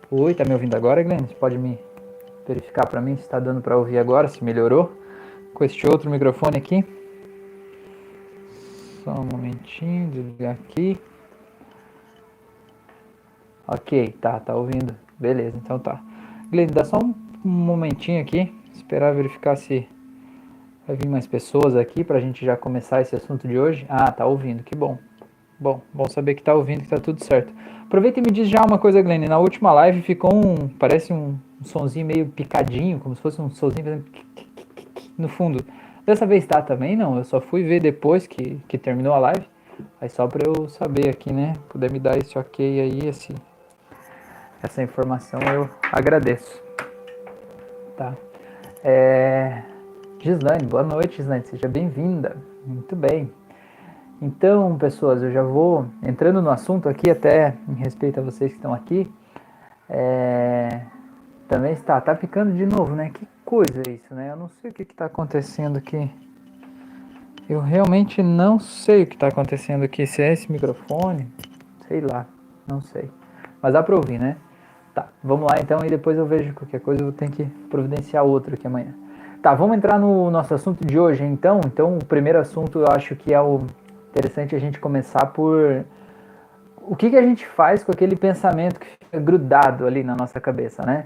Oi, tá me ouvindo agora, Glenn? Você pode me verificar para mim se está dando para ouvir agora, se melhorou? Com este outro microfone aqui. Só um momentinho, desligar aqui. Ok, tá ouvindo. Beleza, então tá. Glenn, dá só um momentinho aqui, esperar verificar se vai vir mais pessoas aqui pra gente já começar esse assunto de hoje. Ah, tá ouvindo, que bom. Bom saber que tá ouvindo, que tá tudo certo. Aproveita e me diz já uma coisa, Glenn. Na última live ficou parece um sonzinho meio picadinho, como se fosse um sonzinho fazendo no fundo. Dessa vez tá também? Não, eu só fui ver depois que terminou a live. Aí só pra eu saber aqui, né? Puder me dar esse ok aí, essa informação eu agradeço. Tá. Gislaine, boa noite, Gislaine. Seja bem-vinda. Muito bem. Então, pessoas, eu já vou entrando no assunto aqui, até em respeito a vocês que estão aqui. Também tá picando de novo, né? Que coisa é isso, né? Eu não sei o que está acontecendo aqui. Eu realmente não sei o que está acontecendo aqui. Se é esse microfone, sei lá, não sei. Mas dá para ouvir, né? Tá, vamos lá então e depois eu vejo qualquer coisa, eu vou ter que providenciar outro aqui amanhã. Tá, vamos entrar no nosso assunto de hoje então. Então, o primeiro assunto eu acho que é o interessante a gente começar por o que a gente faz com aquele pensamento que fica grudado ali na nossa cabeça, né?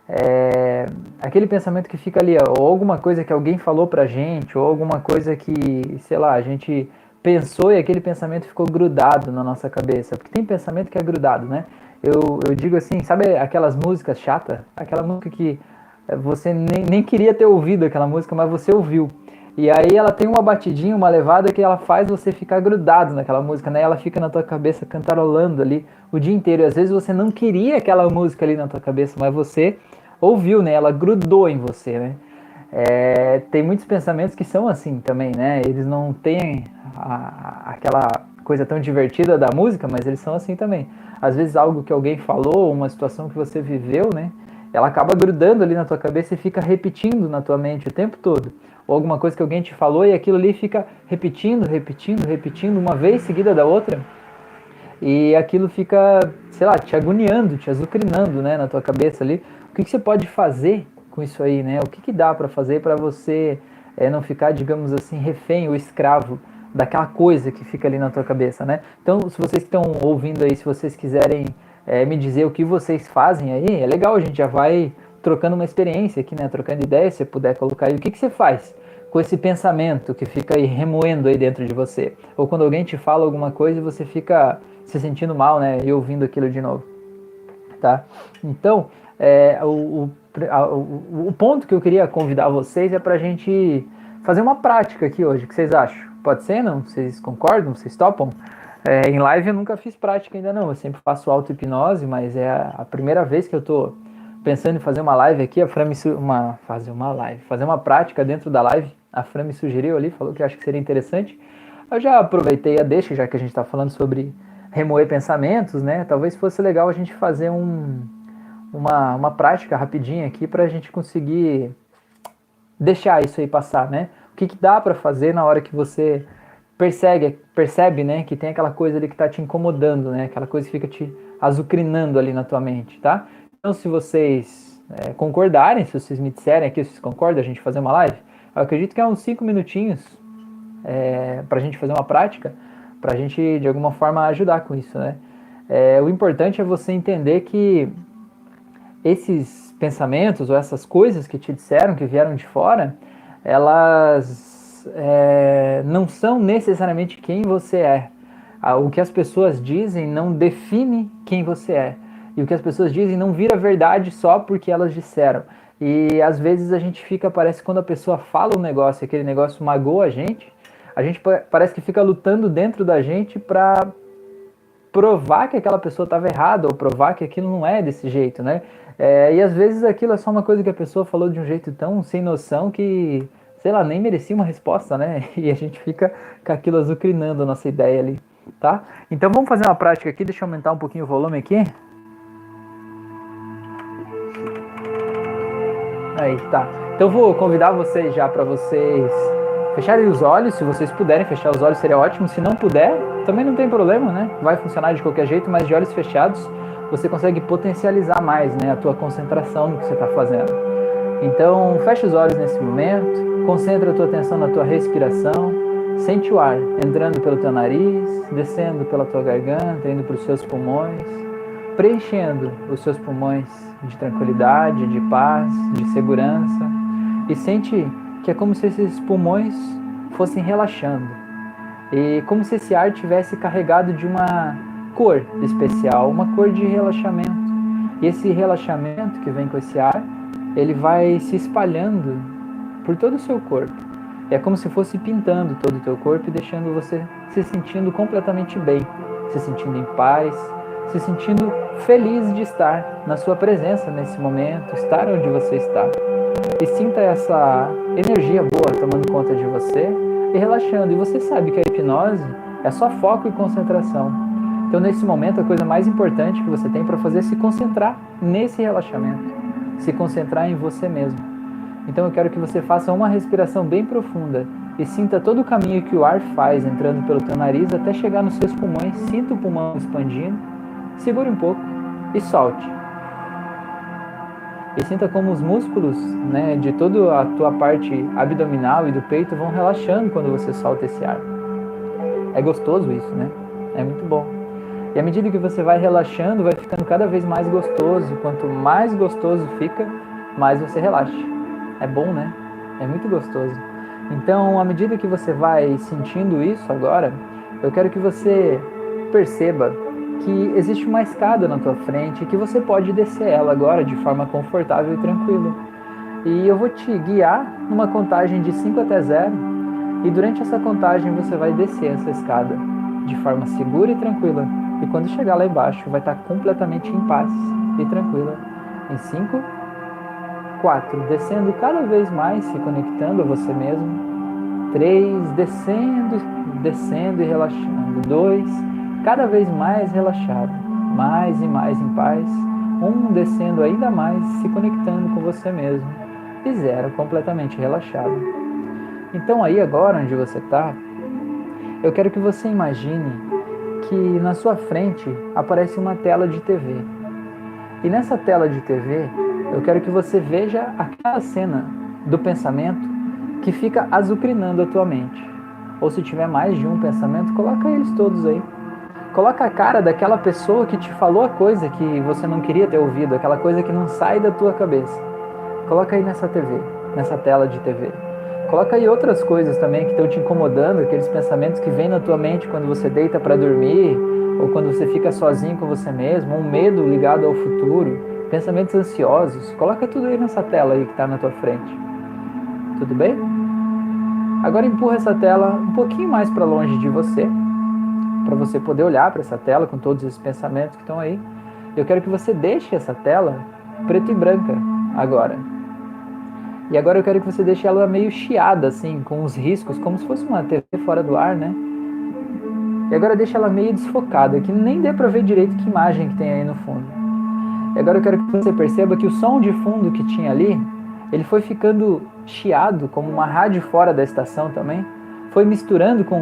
Aquele pensamento que fica ali, ou alguma coisa que alguém falou pra gente, ou alguma coisa que, sei lá, a gente pensou e aquele pensamento ficou grudado na nossa cabeça. Porque tem pensamento que é grudado, né? Eu digo assim, sabe aquelas músicas chatas? Aquela música que você nem queria ter ouvido aquela música, mas você ouviu. E aí ela tem uma batidinha, uma levada que ela faz você ficar grudado naquela música, né? Ela fica na tua cabeça cantarolando ali o dia inteiro. E às vezes você não queria aquela música ali na tua cabeça, mas você ouviu, né? Ela grudou em você, né? Tem muitos pensamentos que são assim também, né? Eles não têm aquela coisa tão divertida da música, mas eles são assim também. Às vezes algo que alguém falou, uma situação que você viveu, né? Ela acaba grudando ali na tua cabeça e fica repetindo na tua mente o tempo todo. Ou alguma coisa que alguém te falou e aquilo ali fica repetindo, uma vez seguida da outra. E aquilo fica, sei lá, te agoniando, te azucrinando, né, na tua cabeça ali. O que você pode fazer com isso aí, né? O que dá para fazer para você não ficar, digamos assim, refém ou escravo daquela coisa que fica ali na tua cabeça, né? Então, se vocês que estão ouvindo aí, se vocês quiserem me dizer o que vocês fazem aí, é legal, a gente já vai trocando uma experiência aqui, né? Trocando ideias, se você puder colocar aí, o que você faz com esse pensamento que fica aí remoendo aí dentro de você? Ou quando alguém te fala alguma coisa e você fica se sentindo mal, né? E ouvindo aquilo de novo, tá? Então, o ponto que eu queria convidar vocês é pra gente fazer uma prática aqui hoje. O que vocês acham? Pode ser, não? Vocês concordam? Vocês topam? Em live eu nunca fiz prática ainda não, eu sempre faço auto-hipnose, mas é a primeira vez que eu tô pensando em fazer uma live aqui, fazer uma prática dentro da live, a Fran me sugeriu ali, falou que acho que seria interessante. Eu já aproveitei a deixa, já que a gente está falando sobre remoer pensamentos, né? Talvez fosse legal a gente fazer uma prática rapidinha aqui para a gente conseguir deixar isso aí passar, né? O que dá para fazer na hora que você percebe, né, que tem aquela coisa ali que está te incomodando, né? Aquela coisa que fica te azucrinando ali na tua mente, tá? Então, se vocês concordarem, se vocês me disserem aqui, se vocês concordam, a gente fazer uma live, eu acredito que é uns 5 minutinhos para a gente fazer uma prática, para a gente, de alguma forma, ajudar com isso, né? O importante é você entender que esses pensamentos ou essas coisas que te disseram, que vieram de fora, elas não são necessariamente quem você é. O que as pessoas dizem não define quem você é. E o que as pessoas dizem não vira verdade só porque elas disseram. E às vezes a gente fica, parece que quando a pessoa fala um negócio, aquele negócio magoa a gente parece que fica lutando dentro da gente para provar que aquela pessoa estava errada ou provar que aquilo não é desse jeito, né? E às vezes aquilo é só uma coisa que a pessoa falou de um jeito tão sem noção que, sei lá, nem merecia uma resposta, né? E a gente fica com aquilo azucrinando a nossa ideia ali, tá? Então vamos fazer uma prática aqui, deixa eu aumentar um pouquinho o volume aqui. Aí, tá. Então vou convidar vocês já para vocês fecharem os olhos, se vocês puderem fechar os olhos seria ótimo, se não puder, também não tem problema, né? Vai funcionar de qualquer jeito, mas de olhos fechados, você consegue potencializar mais, né, a tua concentração no que você está fazendo. Então, fecha os olhos nesse momento, concentra a tua atenção na tua respiração, sente o ar entrando pelo teu nariz, descendo pela tua garganta, indo para os seus pulmões, preenchendo os seus pulmões de tranquilidade, de paz, de segurança, e sente que é como se esses pulmões fossem relaxando, e como se esse ar tivesse carregado de uma cor especial, uma cor de relaxamento. E esse relaxamento que vem com esse ar, ele vai se espalhando por todo o seu corpo. É como se fosse pintando todo o teu corpo e deixando você se sentindo completamente bem, se sentindo em paz, se sentindo feliz de estar na sua presença nesse momento, estar onde você está. E sinta essa energia boa tomando conta de você e relaxando. E você sabe que a hipnose é só foco e concentração. Então, nesse momento, a coisa mais importante que você tem para fazer é se concentrar nesse relaxamento, se concentrar em você mesmo. Então, eu quero que você faça uma respiração bem profunda e sinta todo o caminho que o ar faz entrando pelo teu nariz até chegar nos seus pulmões. Sinta o pulmão expandindo, segure um pouco e solte. E sinta como os músculos, né, de toda a tua parte abdominal e do peito vão relaxando quando você solta esse ar. É gostoso isso, né? É muito bom. E à medida que você vai relaxando, vai ficando cada vez mais gostoso. Quanto mais gostoso fica, mais você relaxa. É bom, né? É muito gostoso. Então, à medida que você vai sentindo isso agora, eu quero que você perceba que existe uma escada na tua frente e que você pode descer ela agora de forma confortável e tranquila. E eu vou te guiar numa contagem de 5 até 0. E durante essa contagem você vai descer essa escada de forma segura e tranquila. E quando chegar lá embaixo, vai estar completamente em paz e tranquila. Em 5, 4, descendo cada vez mais, se conectando a você mesmo. 3, descendo e relaxando. 2, cada vez mais relaxado, mais e mais em paz. 1, descendo ainda mais, se conectando com você mesmo. E 0, completamente relaxado. Então aí agora onde você está, eu quero que você imagine que na sua frente aparece uma tela de TV. E nessa tela de TV, eu quero que você veja aquela cena do pensamento que fica azucrinando a tua mente. Ou se tiver mais de um pensamento, coloca eles todos aí. Coloca a cara daquela pessoa que te falou a coisa que você não queria ter ouvido, aquela coisa que não sai da tua cabeça. Coloca aí nessa TV, nessa tela de TV. Coloca aí outras coisas também que estão te incomodando, aqueles pensamentos que vêm na tua mente quando você deita para dormir, ou quando você fica sozinho com você mesmo, um medo ligado ao futuro, pensamentos ansiosos. Coloca tudo aí nessa tela aí que está na tua frente. Tudo bem? Agora empurra essa tela um pouquinho mais para longe de você, para você poder olhar para essa tela com todos esses pensamentos que estão aí. Eu quero que você deixe essa tela preto e branca agora. E agora eu quero que você deixe ela meio chiada, assim, com os riscos, como se fosse uma TV fora do ar, né? E agora deixa ela meio desfocada, que nem dê pra ver direito que imagem que tem aí no fundo. E agora eu quero que você perceba que o som de fundo que tinha ali, ele foi ficando chiado, como uma rádio fora da estação também. Foi misturando com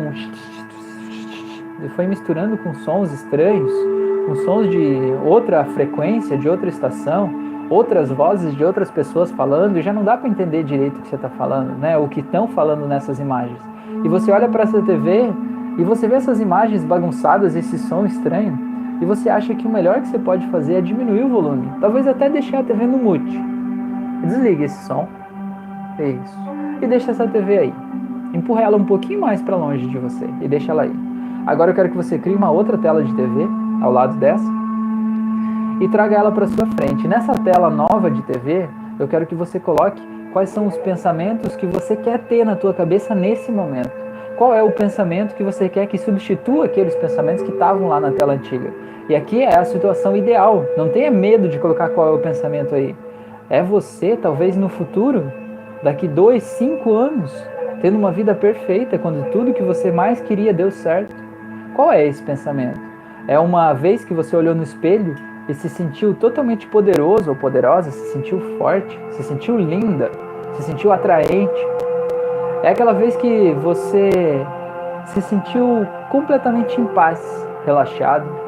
sons estranhos, com sons de outra frequência, de outra estação, outras vozes de outras pessoas falando, e já não dá para entender direito o que você está falando, né? O que estão falando nessas imagens. E você olha para essa TV e você vê essas imagens bagunçadas, esse som estranho, e você acha que o melhor que você pode fazer é diminuir o volume, talvez até deixar a TV no mute. Desliga esse som, isso, e deixa essa TV aí. Empurra ela um pouquinho mais para longe de você e deixa ela aí. Agora eu quero que você crie uma outra tela de TV ao lado dessa e traga ela para sua frente. Nessa tela nova de TV, eu quero que você coloque quais são os pensamentos que você quer ter na tua cabeça nesse momento. Qual é o pensamento que você quer que substitua aqueles pensamentos que estavam lá na tela antiga? E aqui é a situação ideal. Não tenha medo de colocar qual é o pensamento aí. É você, talvez no futuro, daqui 2, 5 anos, tendo uma vida perfeita, quando tudo que você mais queria deu certo. Qual é esse pensamento? É uma vez que você olhou no espelho e se sentiu totalmente poderoso ou poderosa, se sentiu forte, se sentiu linda, se sentiu atraente. É aquela vez que você se sentiu completamente em paz, relaxado,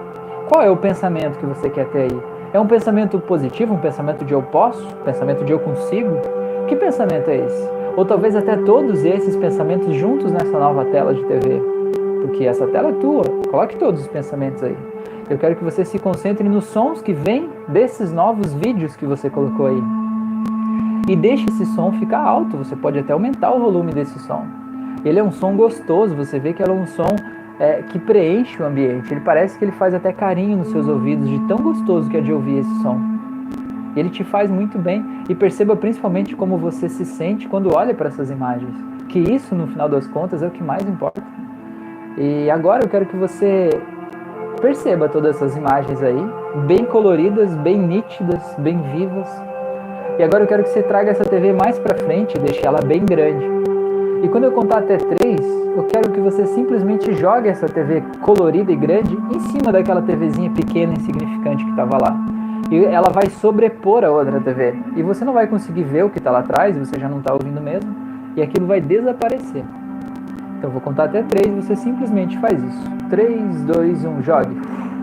Qual é o pensamento que você quer ter aí? É um pensamento positivo, um pensamento de eu posso, um pensamento de eu consigo? Que pensamento é esse? Ou talvez até todos esses pensamentos juntos nessa nova tela de TV. Porque essa tela é tua, coloque todos os pensamentos aí. Eu quero que você se concentre nos sons que vêm desses novos vídeos que você colocou aí. E deixe esse som ficar alto, você pode até aumentar o volume desse som. Ele é um som gostoso, você vê que ele é um som que preenche o ambiente. Ele parece que ele faz até carinho nos seus ouvidos, de tão gostoso que é de ouvir esse som. Ele te faz muito bem, e perceba principalmente como você se sente quando olha para essas imagens. Que isso, no final das contas, é o que mais importa. E agora eu quero que você perceba todas essas imagens aí, bem coloridas, bem nítidas, bem vivas. E agora eu quero que você traga essa TV mais para frente, deixe ela bem grande. E quando eu contar até 3, eu quero que você simplesmente jogue essa TV colorida e grande em cima daquela TVzinha pequena e insignificante que estava lá. E ela vai sobrepor a outra TV. E você não vai conseguir ver o que está lá atrás, você já não está ouvindo mesmo, e aquilo vai desaparecer. Então eu vou contar até 3 e você simplesmente faz isso. 3, 2, 1, jogue.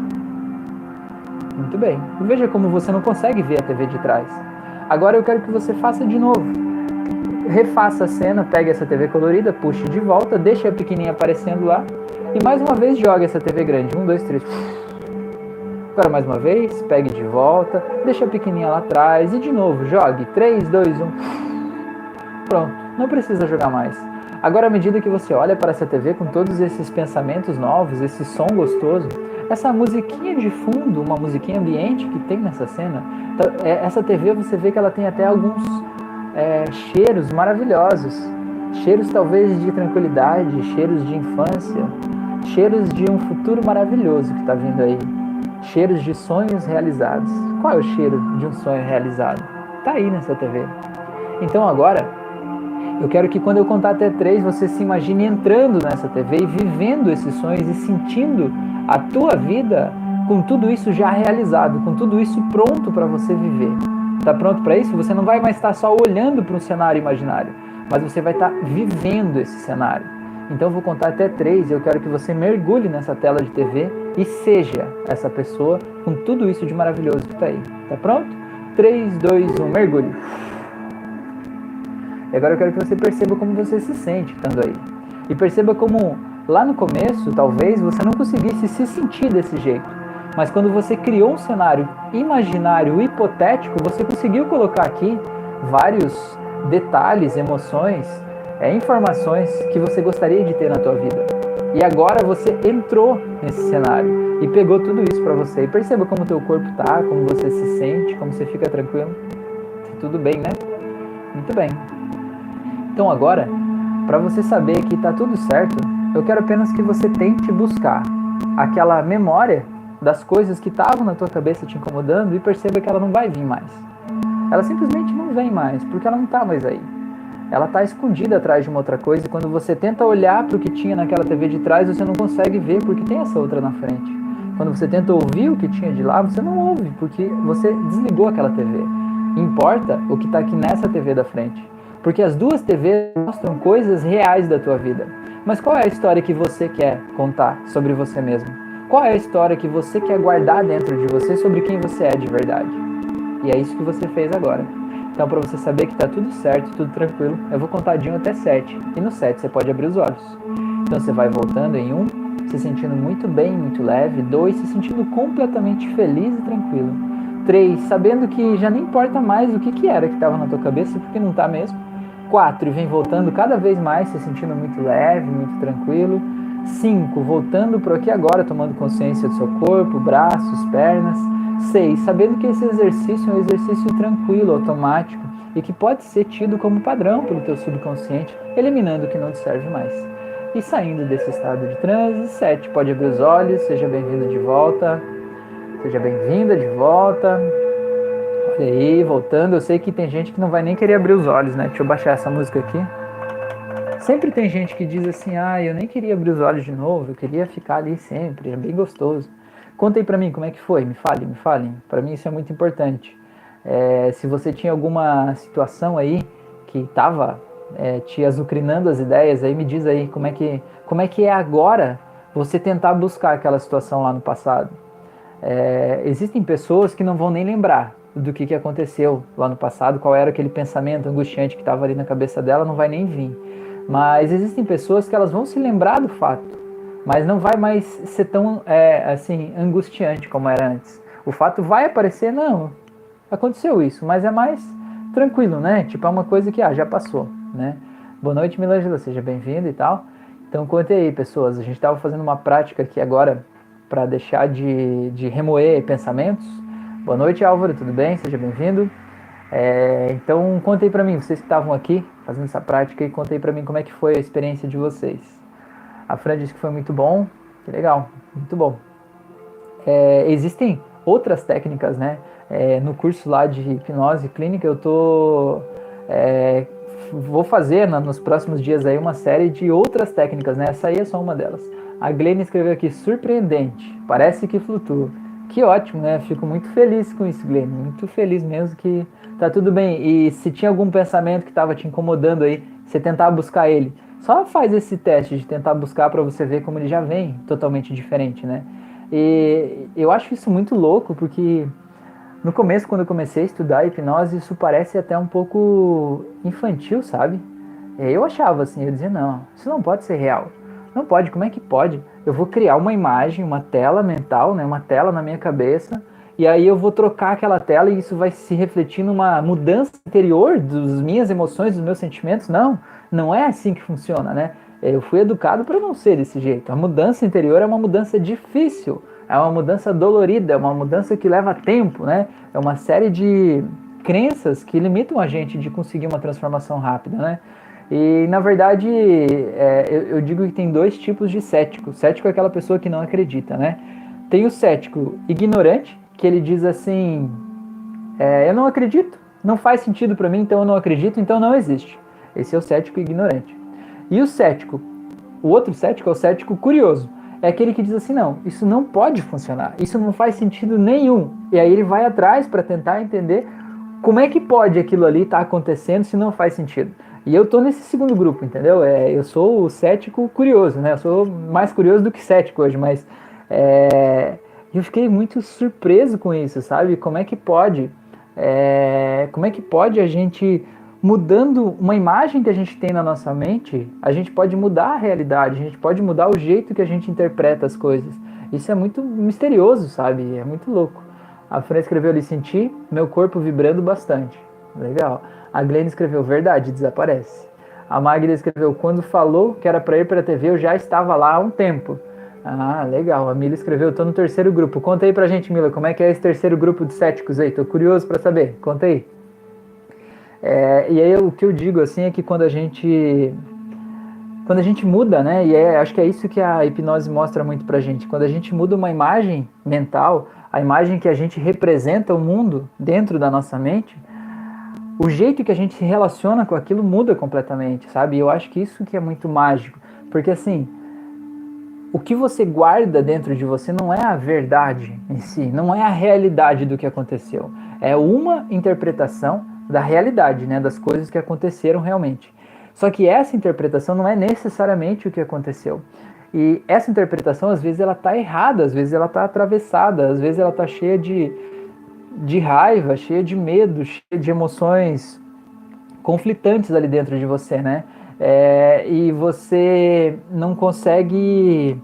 Muito bem. E veja como você não consegue ver a TV de trás. Agora eu quero que você faça de novo. Refaça a cena, pegue essa TV colorida, puxe de volta, deixe a pequenininha aparecendo lá e mais uma vez jogue essa TV grande. 1, 2, 3. Agora mais uma vez, pegue de volta, deixe a pequenininha lá atrás e de novo, jogue. 3, 2, 1. Pronto, não precisa jogar mais. Agora, à medida que você olha para essa TV com todos esses pensamentos novos, esse som gostoso, essa musiquinha de fundo, uma musiquinha ambiente que tem nessa cena, essa TV você vê que ela tem até alguns cheiros maravilhosos, cheiros talvez de tranquilidade, cheiros de infância, cheiros de um futuro maravilhoso que está vindo aí, cheiros de sonhos realizados. Qual é o cheiro de um sonho realizado? Está aí nessa TV. Então agora, eu quero que quando eu contar até 3, você se imagine entrando nessa TV e vivendo esses sonhos e sentindo a tua vida com tudo isso já realizado, com tudo isso pronto para você viver. Está pronto para isso? Você não vai mais estar só olhando para um cenário imaginário, mas você vai estar vivendo esse cenário. Então eu vou contar até 3 e eu quero que você mergulhe nessa tela de TV e seja essa pessoa com tudo isso de maravilhoso que está aí. Está pronto? 3, 2, 1, mergulhe. E agora eu quero que você perceba como você se sente estando aí. E perceba como lá no começo, talvez, você não conseguisse se sentir desse jeito. Mas quando você criou um cenário imaginário, hipotético, você conseguiu colocar aqui vários detalhes, emoções, informações que você gostaria de ter na tua vida. E agora você entrou nesse cenário e pegou tudo isso para você. E perceba como o teu corpo tá, como você se sente, como você fica tranquilo. Tudo bem, né? Muito bem. Então agora, para você saber que está tudo certo, eu quero apenas que você tente buscar aquela memória das coisas que estavam na tua cabeça te incomodando e perceba que ela não vai vir mais. Ela simplesmente não vem mais, porque ela não está mais aí. Ela está escondida atrás de uma outra coisa e quando você tenta olhar para o que tinha naquela TV de trás, você não consegue ver porque tem essa outra na frente. Quando você tenta ouvir o que tinha de lá, você não ouve porque você desligou aquela TV. Importa o que está aqui nessa TV da frente. Porque as duas TVs mostram coisas reais da tua vida. Mas qual é a história que você quer contar sobre você mesmo? Qual é a história que você quer guardar dentro de você sobre quem você é de verdade? E é isso que você fez agora. Então, para você saber que está tudo certo, tudo tranquilo, eu vou contar de 1 até 7. E no 7 você pode abrir os olhos. Então você vai voltando em 1, se sentindo muito bem, muito leve. 2, se sentindo completamente feliz e tranquilo. 3, sabendo que já nem importa mais o que era que estava na tua cabeça, porque não está mesmo. 4, e vem voltando cada vez mais, se sentindo muito leve, muito tranquilo. 5, voltando para aqui agora, tomando consciência do seu corpo, braços, pernas. 6, sabendo que esse exercício é um exercício tranquilo, automático, e que pode ser tido como padrão pelo teu subconsciente, eliminando o que não te serve mais. E saindo desse estado de transe, 7, pode abrir os olhos, seja bem-vindo de volta, seja bem-vinda de volta. Olha aí, voltando, eu sei que tem gente que não vai nem querer abrir os olhos, né? Deixa eu baixar essa música aqui. Sempre tem gente que diz assim, eu nem queria abrir os olhos de novo, eu queria ficar ali sempre, é bem gostoso. Conta aí pra mim como é que foi, me falem. Pra mim isso é muito importante. Se você tinha alguma situação aí que estava te azucrinando as ideias, aí me diz aí como é que é agora você tentar buscar aquela situação lá no passado. Existem pessoas que não vão nem lembrar do que aconteceu lá no passado, qual era aquele pensamento angustiante que estava ali na cabeça dela, não vai nem vir. Mas existem pessoas que elas vão se lembrar do fato, mas não vai mais ser tão assim, angustiante como era antes. O fato vai aparecer, não, aconteceu isso, mas é mais tranquilo, né? Tipo, é uma coisa que já passou, né? Boa noite, Milângela, seja bem-vindo e tal. Então, conte aí, pessoas, a gente estava fazendo uma prática aqui agora para deixar de remoer pensamentos. Boa noite, Álvaro, tudo bem? Seja bem-vindo. Então, conte aí para mim, vocês que estavam aqui fazendo essa prática, e conte aí para mim como é que foi a experiência de vocês. A Fran disse que foi muito bom, que legal, muito bom. Existem outras técnicas, né? No curso lá de hipnose clínica, eu vou fazer nos próximos dias aí uma série de outras técnicas, né? Essa aí é só uma delas. A Glenn escreveu aqui, surpreendente, parece que flutua. Que ótimo, né? Fico muito feliz com isso, Glenn, muito feliz mesmo que tá tudo bem. E se tinha algum pensamento que estava te incomodando aí, você tentar buscar ele, só faz esse teste de tentar buscar para você ver como ele já vem totalmente diferente, né? E eu acho isso muito louco, porque no começo, quando eu comecei a estudar hipnose, isso parece até um pouco infantil, sabe? Eu achava assim, eu dizia, não, isso não pode ser real. Não pode, como é que pode? Eu vou criar uma imagem, uma tela mental, né, uma tela na minha cabeça, e aí eu vou trocar aquela tela e isso vai se refletir numa mudança interior das minhas emoções, dos meus sentimentos. Não, não é assim que funciona, né? Eu fui educado para não ser desse jeito. A mudança interior é uma mudança difícil, é uma mudança dolorida, é uma mudança que leva tempo, né? É uma série de crenças que limitam a gente de conseguir uma transformação rápida, né? E, na verdade, eu digo que tem dois tipos de cético. O cético é aquela pessoa que não acredita, né? Tem o cético ignorante, que ele diz assim, eu não acredito, não faz sentido para mim, então eu não acredito, então não existe. Esse é o cético ignorante. E o outro cético é o cético curioso. É aquele que diz assim, não, isso não pode funcionar, isso não faz sentido nenhum. E aí ele vai atrás para tentar entender como é que pode aquilo ali estar acontecendo se não faz sentido. E eu tô nesse segundo grupo, entendeu? Eu sou o cético curioso, né? Eu sou mais curioso do que cético hoje, mas eu fiquei muito surpreso com isso, sabe? Como é que pode a gente, mudando uma imagem que a gente tem na nossa mente, a gente pode mudar a realidade, a gente pode mudar o jeito que a gente interpreta as coisas. Isso é muito misterioso, sabe? É muito louco. A Fran escreveu ali, senti meu corpo vibrando bastante. Legal. A Glenn escreveu, verdade, desaparece. A Magda escreveu, quando falou que era para ir para a TV, eu já estava lá há um tempo. Ah, legal. A Mila escreveu, tô no terceiro grupo. Conta aí pra gente, Mila, como é que é esse terceiro grupo de céticos aí? Tô curioso para saber. Conta aí. E aí o que eu digo assim é que quando a gente muda, né, e acho que é isso que a hipnose mostra muito pra gente, quando a gente muda uma imagem mental, a imagem que a gente representa o mundo dentro da nossa mente, o jeito que a gente se relaciona com aquilo muda completamente, sabe? E eu acho que isso que é muito mágico, porque assim, o que você guarda dentro de você não é a verdade em si, não é a realidade do que aconteceu, é uma interpretação da realidade, né, das coisas que aconteceram realmente. Só que essa interpretação não é necessariamente o que aconteceu. E essa interpretação, às vezes, ela está errada, às vezes ela está atravessada, às vezes ela está cheia de raiva, cheia de medo, cheia de emoções conflitantes ali dentro de você, né? E você não consegue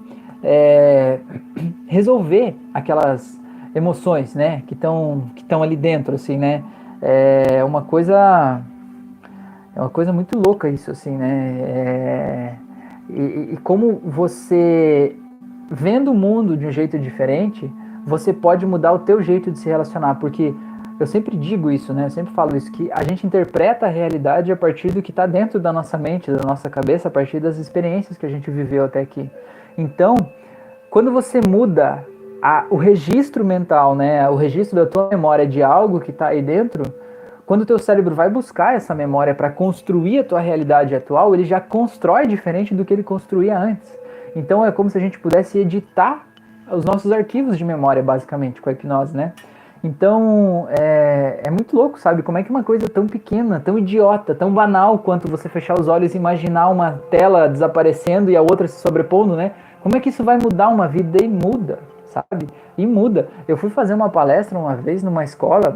resolver aquelas emoções, né? Que estão ali dentro, assim, né? É uma coisa muito louca isso, assim, né? E como você, vendo o mundo de um jeito diferente, você pode mudar o teu jeito de se relacionar, porque eu sempre digo isso, né? Eu sempre falo isso, que a gente interpreta a realidade a partir do que está dentro da nossa mente, da nossa cabeça, a partir das experiências que a gente viveu até aqui. Então, quando você muda o registro mental, né? O registro da tua memória de algo que está aí dentro, quando o teu cérebro vai buscar essa memória para construir a tua realidade atual, ele já constrói diferente do que ele construía antes. Então é como se a gente pudesse editar os nossos arquivos de memória, basicamente, com a hipnose, né? Então é muito louco, sabe? Como é que uma coisa tão pequena, tão idiota, tão banal quanto você fechar os olhos e imaginar uma tela desaparecendo e a outra se sobrepondo, né? Como é que isso vai mudar uma vida? E muda, sabe? E muda. Eu fui fazer uma palestra uma vez numa escola,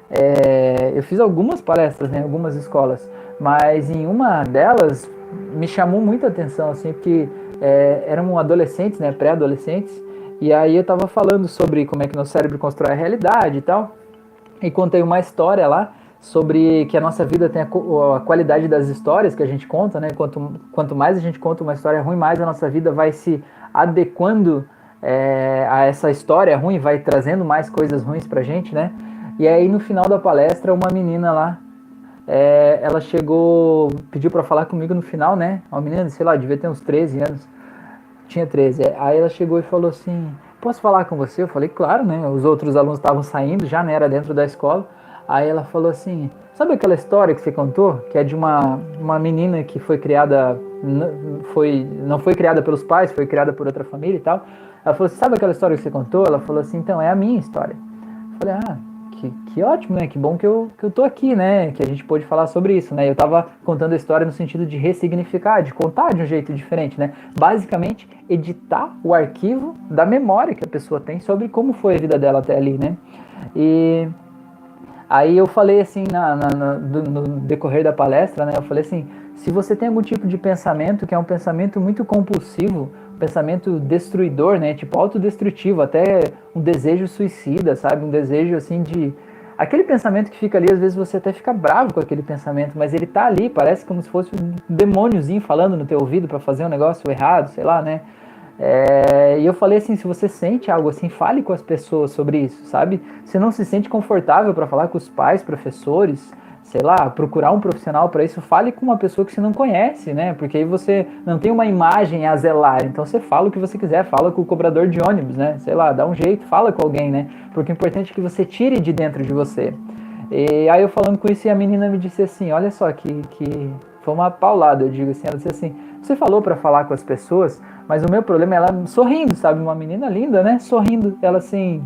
eu fiz algumas palestras, né, em algumas escolas, mas em uma delas me chamou muita atenção, assim, porque eram adolescentes, né, pré-adolescentes, e aí eu tava falando sobre como é que nosso cérebro constrói a realidade e tal, e contei uma história lá sobre que a nossa vida tem a qualidade das histórias que a gente conta, né? Quanto mais a gente conta uma história ruim, mais a nossa vida vai se adequando a essa história ruim, vai trazendo mais coisas ruins pra gente, né? E aí no final da palestra, uma menina lá, ela chegou, pediu pra falar comigo no final, né? Uma menina, sei lá, devia ter uns 13 anos. Tinha 13. Aí ela chegou e falou assim: posso falar com você? Eu falei: claro, né? Os outros alunos estavam saindo, já não era dentro da escola. Aí ela falou assim: sabe aquela história que você contou? Que é de uma menina que foi criada, não foi criada pelos pais, foi criada por outra família e tal. Ela falou assim: sabe aquela história que você contou? Ela falou assim: então, é a minha história. Eu falei: que ótimo, né? Que bom que eu tô aqui, né? Que a gente pôde falar sobre isso, né? Eu tava contando a história no sentido de ressignificar, de contar de um jeito diferente, né? Basicamente, editar o arquivo da memória que a pessoa tem sobre como foi a vida dela até ali, né? E aí eu falei assim, no decorrer da palestra, né? Eu falei assim: se você tem algum tipo de pensamento que é um pensamento muito compulsivo, um pensamento destruidor, né? Tipo autodestrutivo, até um desejo suicida, sabe? Um desejo assim de... aquele pensamento que fica ali, às vezes você até fica bravo com aquele pensamento, mas ele tá ali, parece como se fosse um demôniozinho falando no teu ouvido para fazer um negócio errado, sei lá, né? E eu falei assim: se você sente algo assim, fale com as pessoas sobre isso, sabe? Se não se sente confortável para falar com os pais, professores, sei lá, procurar um profissional para isso, fale com uma pessoa que você não conhece, né? Porque aí você não tem uma imagem a zelar, então você fala o que você quiser, fala com o cobrador de ônibus, né? Sei lá, dá um jeito, fala com alguém, né? Porque o importante é que você tire de dentro de você. E aí eu falando com isso, e a menina me disse assim: olha só, que foi uma paulada, eu digo assim. Ela disse assim: você falou para falar com as pessoas, mas o meu problema é ela sorrindo, sabe? Uma menina linda, né? Sorrindo. Ela assim: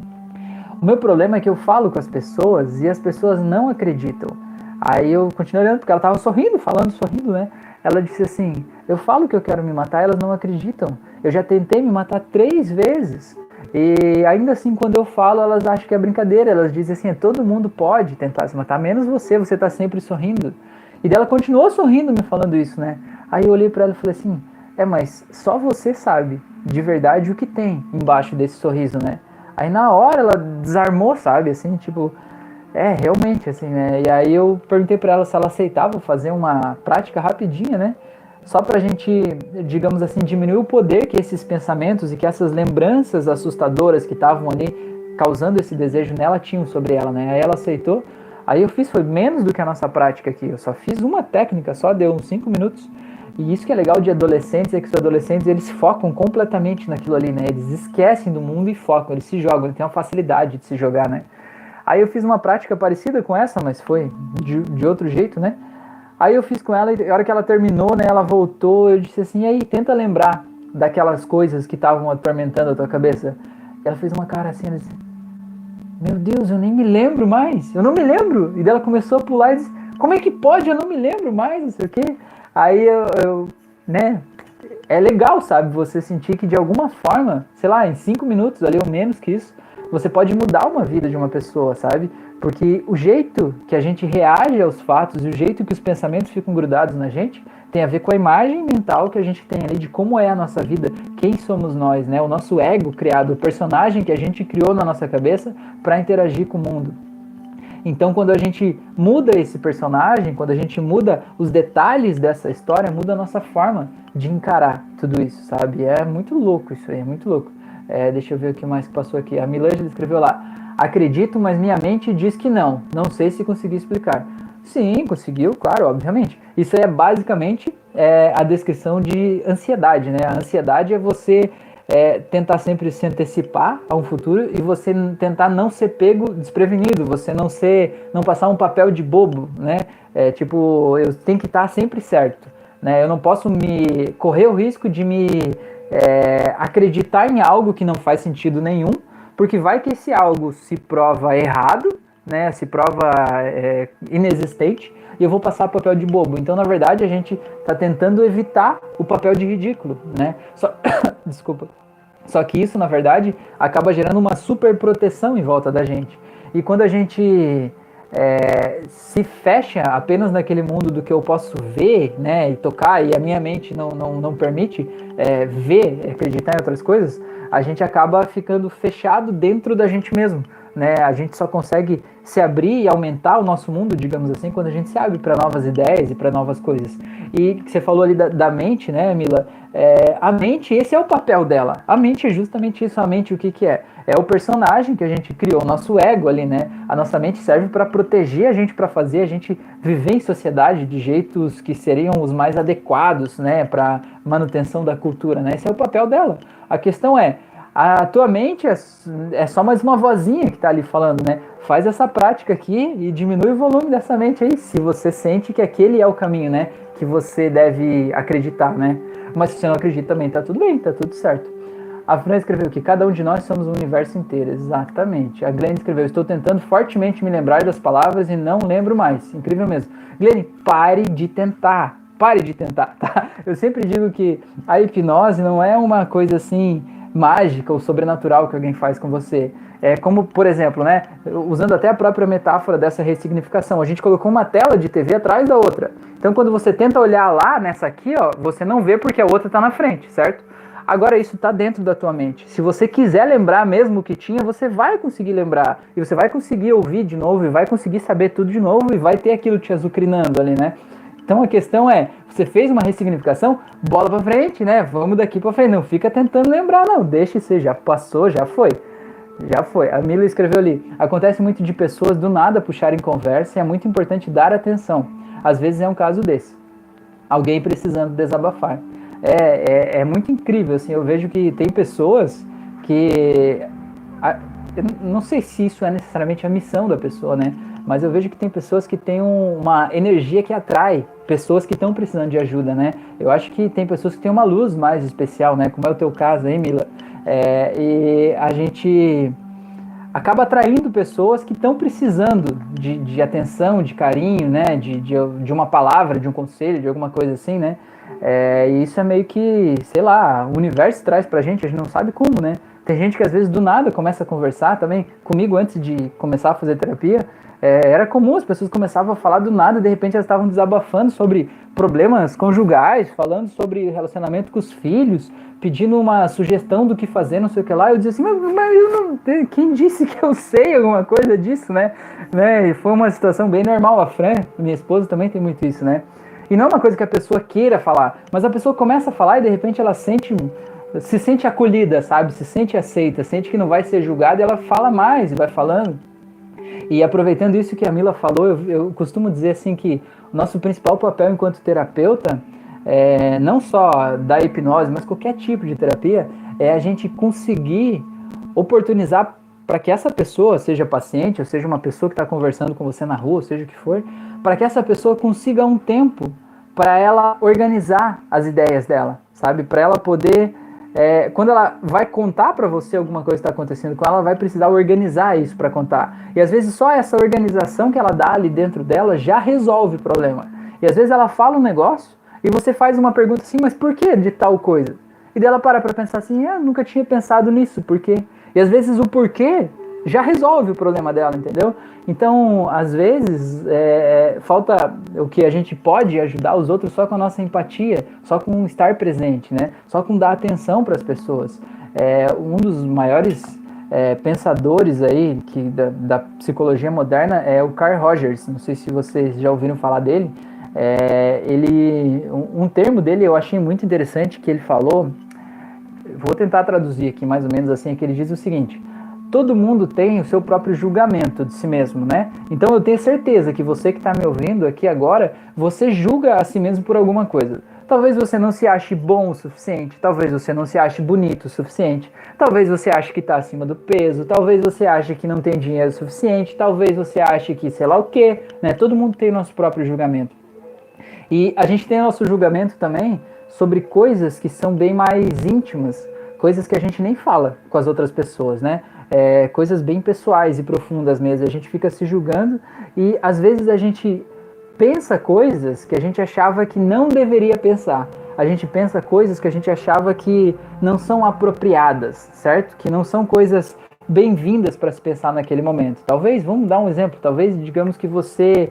o meu problema é que eu falo com as pessoas e as pessoas não acreditam. Aí eu continuei olhando, porque ela tava sorrindo, falando, sorrindo, né? Ela disse assim: eu falo que eu quero me matar, elas não acreditam. Eu já tentei me matar 3 vezes. E ainda assim, quando eu falo, elas acham que é brincadeira. Elas dizem assim: todo mundo pode tentar se matar, menos você tá sempre sorrindo. E dela continuou sorrindo, me falando isso, né? Aí eu olhei pra ela e falei assim: mas só você sabe de verdade o que tem embaixo desse sorriso, né? Aí na hora ela desarmou, sabe, assim, tipo, realmente, assim, né? E aí eu perguntei pra ela se ela aceitava fazer uma prática rapidinha, né? Só pra gente, digamos assim, diminuir o poder que esses pensamentos e que essas lembranças assustadoras que estavam ali causando esse desejo nela tinham sobre ela, né? Aí ela aceitou. Aí eu fiz, foi menos do que a nossa prática aqui. Eu só fiz uma técnica, só deu uns 5 minutos. E isso que é legal de adolescentes é que os adolescentes, eles focam completamente naquilo ali, né? Eles esquecem do mundo e focam, eles se jogam, eles têm uma facilidade de se jogar, né? Aí eu fiz uma prática parecida com essa, mas foi de outro jeito, né? Aí eu fiz com ela e a hora que ela terminou, né, ela voltou, eu disse assim: e aí, tenta lembrar daquelas coisas que estavam atormentando a tua cabeça. Ela fez uma cara assim, ela disse: meu Deus, eu nem me lembro mais, eu não me lembro. E daí ela começou a pular e disse: como é que pode, eu não me lembro mais, não sei o quê. Aí né, é legal, sabe, você sentir que de alguma forma, sei lá, em 5 minutos ali ou menos que isso, você pode mudar uma vida de uma pessoa, sabe? Porque o jeito que a gente reage aos fatos e o jeito que os pensamentos ficam grudados na gente tem a ver com a imagem mental que a gente tem ali de como é a nossa vida, quem somos nós, né? O nosso ego criado, o personagem que a gente criou na nossa cabeça para interagir com o mundo. Então, quando a gente muda esse personagem, quando a gente muda os detalhes dessa história, muda a nossa forma de encarar tudo isso, sabe? É muito louco isso aí, é muito louco. Deixa eu ver o que mais que passou aqui. A Milângela escreveu lá: acredito, mas minha mente diz que não. Não sei se consegui explicar. Sim, conseguiu, claro, obviamente. Isso é basicamente a descrição de ansiedade, né? A ansiedade é você tentar sempre se antecipar a um futuro e você tentar não ser pego desprevenido, você não passar um papel de bobo, né? Tipo, eu tenho que estar sempre certo, né? Eu não posso correr o risco de me acreditar em algo que não faz sentido nenhum, porque vai que esse algo se prova errado, né? Se prova inexistente, e eu vou passar papel de bobo. Então, na verdade, a gente está tentando evitar o papel de ridículo, né? Desculpa. Só que isso, na verdade, acaba gerando uma super proteção em volta da gente. E quando a gente se fecha apenas naquele mundo do que eu posso ver, né, e tocar, e a minha mente não permite ver, acreditar em outras coisas, a gente acaba ficando fechado dentro da gente mesmo. Né? A gente só consegue se abrir e aumentar o nosso mundo, digamos assim, quando a gente se abre para novas ideias e para novas coisas. E você falou ali da mente, né, Mila? A mente, esse é o papel dela. A mente é justamente isso. A mente, o que é? É o personagem que a gente criou, o nosso ego ali, né? A nossa mente serve para proteger a gente, para fazer a gente viver em sociedade de jeitos que seriam os mais adequados, né, para manutenção da cultura, né? Esse é o papel dela. A questão é, a tua mente é só mais uma vozinha que tá ali falando, né? Faz essa prática aqui e diminui o volume dessa mente aí, se você sente que aquele é o caminho, né? Que você deve acreditar, né? Mas se você não acredita também, tá tudo bem, tá tudo certo. A Fran escreveu que cada um de nós somos o universo inteiro. Exatamente. A Glenn escreveu, estou tentando fortemente me lembrar das palavras e não lembro mais. Incrível mesmo. Glenn, pare de tentar. Pare de tentar, tá? Eu sempre digo que a hipnose não é uma coisa assim mágica ou sobrenatural que alguém faz com você. É como, por exemplo, né, usando até a própria metáfora dessa ressignificação, a gente colocou uma tela de TV atrás da outra. Então, quando você tenta olhar lá nessa aqui, ó, você não vê porque a outra está na frente, certo? Agora, isso está dentro da tua mente. Se você quiser lembrar mesmo o que tinha, você vai conseguir lembrar. E você vai conseguir ouvir de novo, e vai conseguir saber tudo de novo, e vai ter aquilo te azucrinando ali, né? Então a questão é, você fez uma ressignificação, bola pra frente, né? Vamos daqui pra frente, não fica tentando lembrar não, deixa ser, já passou, já foi. Já foi. A Mila escreveu ali, acontece muito de pessoas do nada puxarem conversa e é muito importante dar atenção. Às vezes é um caso desse, alguém precisando desabafar. É muito incrível, assim, eu vejo que tem pessoas que... eu não sei se isso é necessariamente a missão da pessoa, né? Mas eu vejo que tem pessoas que têm uma energia que atrai pessoas que estão precisando de ajuda, né? Eu acho que tem pessoas que têm uma luz mais especial, né? Como é o teu caso aí, Mila. E a gente acaba atraindo pessoas que estão precisando de atenção, de carinho, né? De uma palavra, de um conselho, de alguma coisa assim, né? E isso é meio que, sei lá, o universo traz pra gente, a gente não sabe como, né? Tem gente que às vezes do nada começa a conversar também. Comigo, antes de começar a fazer terapia, era comum, as pessoas começavam a falar do nada, de repente elas estavam desabafando sobre problemas conjugais, falando sobre relacionamento com os filhos, pedindo uma sugestão do que fazer, não sei o que lá. Eu dizia assim, mas eu não, quem disse que eu sei alguma coisa disso, né? E foi uma situação bem normal. A Fran, minha esposa, também tem muito isso, né? E não é uma coisa que a pessoa queira falar, mas a pessoa começa a falar e de repente ela se sente acolhida, sabe? Se sente aceita, sente que não vai ser julgada e ela fala mais e vai falando. E aproveitando isso que a Mila falou, eu costumo dizer assim que o nosso principal papel enquanto terapeuta, não só da hipnose, mas qualquer tipo de terapia, é a gente conseguir oportunizar para que essa pessoa, seja paciente, ou seja uma pessoa que está conversando com você na rua, seja o que for, para que essa pessoa consiga um tempo para ela organizar as ideias dela, sabe? Para ela poder... quando ela vai contar para você alguma coisa que está acontecendo com ela, ela vai precisar organizar isso para contar. E às vezes só essa organização que ela dá ali dentro dela já resolve o problema. E às vezes ela fala um negócio e você faz uma pergunta assim, mas por que de tal coisa? E daí ela para pensar assim, eu nunca tinha pensado nisso, por quê? E às vezes o porquê já resolve o problema dela, entendeu? Então, às vezes, falta o que a gente pode ajudar os outros só com a nossa empatia, só com estar presente, né? Só com dar atenção para as pessoas. Um dos maiores pensadores aí da psicologia moderna é o Carl Rogers. Não sei se vocês já ouviram falar dele. Um termo dele eu achei muito interessante que ele falou. Vou tentar traduzir aqui mais ou menos assim, que ele diz o seguinte: todo mundo tem o seu próprio julgamento de si mesmo, né? Então eu tenho certeza que você que está me ouvindo aqui agora, você julga a si mesmo por alguma coisa. Talvez você não se ache bom o suficiente, talvez você não se ache bonito o suficiente, talvez você ache que está acima do peso, talvez você ache que não tem dinheiro o suficiente, talvez você ache que sei lá o quê, né? Todo mundo tem o nosso próprio julgamento. E a gente tem o nosso julgamento também sobre coisas que são bem mais íntimas, coisas que a gente nem fala com as outras pessoas, né? Coisas bem pessoais e profundas mesmo. A gente fica se julgando e às vezes a gente pensa coisas que a gente achava que não deveria pensar. a gente pensa coisas que a gente achava que não são apropriadas, certo? Que não são coisas bem-vindas para se pensar naquele momento. Talvez, vamos dar um exemplo, talvez digamos que você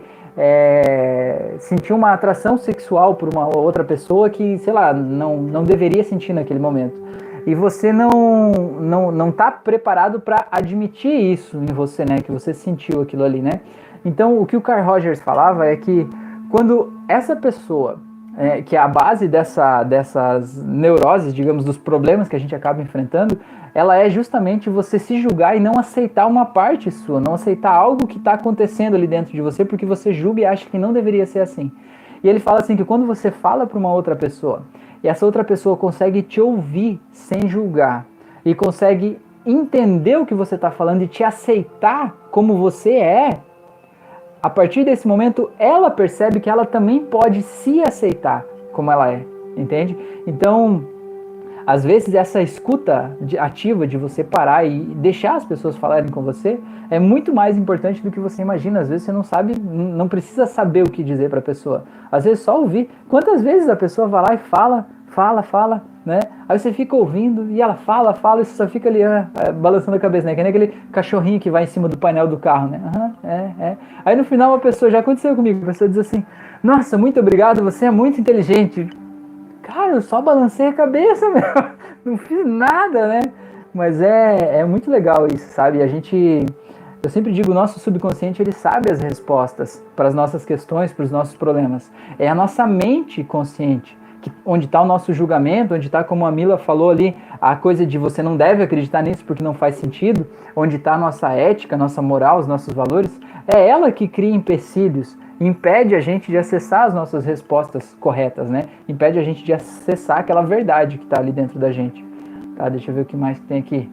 sentiu uma atração sexual por uma outra pessoa que, sei lá, não deveria sentir naquele momento. E você não tá preparado para admitir isso em você, né? Que você sentiu aquilo ali, né? Então, o que o Carl Rogers falava é que quando essa pessoa, que é a base dessas neuroses, digamos, dos problemas que a gente acaba enfrentando, ela é justamente você se julgar e não aceitar uma parte sua, não aceitar algo que está acontecendo ali dentro de você, porque você julga e acha que não deveria ser assim. E ele fala assim que quando você fala para uma outra pessoa, e essa outra pessoa consegue te ouvir sem julgar, e consegue entender o que você está falando e te aceitar como você é, a partir desse momento, ela percebe que ela também pode se aceitar como ela é, entende? Então, às vezes, essa escuta ativa de você parar e deixar as pessoas falarem com você é muito mais importante do que você imagina. Às vezes, você não sabe, não precisa saber o que dizer para a pessoa. Às vezes, só ouvir. Quantas vezes a pessoa vai lá e fala, né? Aí você fica ouvindo e ela fala, e você só fica ali balançando a cabeça, né? Que nem aquele cachorrinho que vai em cima do painel do carro, né? Aí no final a pessoa, já aconteceu comigo, a pessoa diz assim, nossa, muito obrigado, você é muito inteligente. Cara, eu só balancei a cabeça, meu. Não fiz nada, né? Mas é muito legal isso, sabe? Eu sempre digo, o nosso subconsciente, ele sabe as respostas para as nossas questões, para os nossos problemas. É a nossa mente consciente, onde está o nosso julgamento, onde está, como a Mila falou ali, a coisa de você não deve acreditar nisso porque não faz sentido, onde está a nossa ética, a nossa moral, os nossos valores, é ela que cria empecilhos, impede a gente de acessar as nossas respostas corretas, né? Impede a gente de acessar aquela verdade que está ali dentro da gente. Tá, deixa eu ver o que mais tem aqui.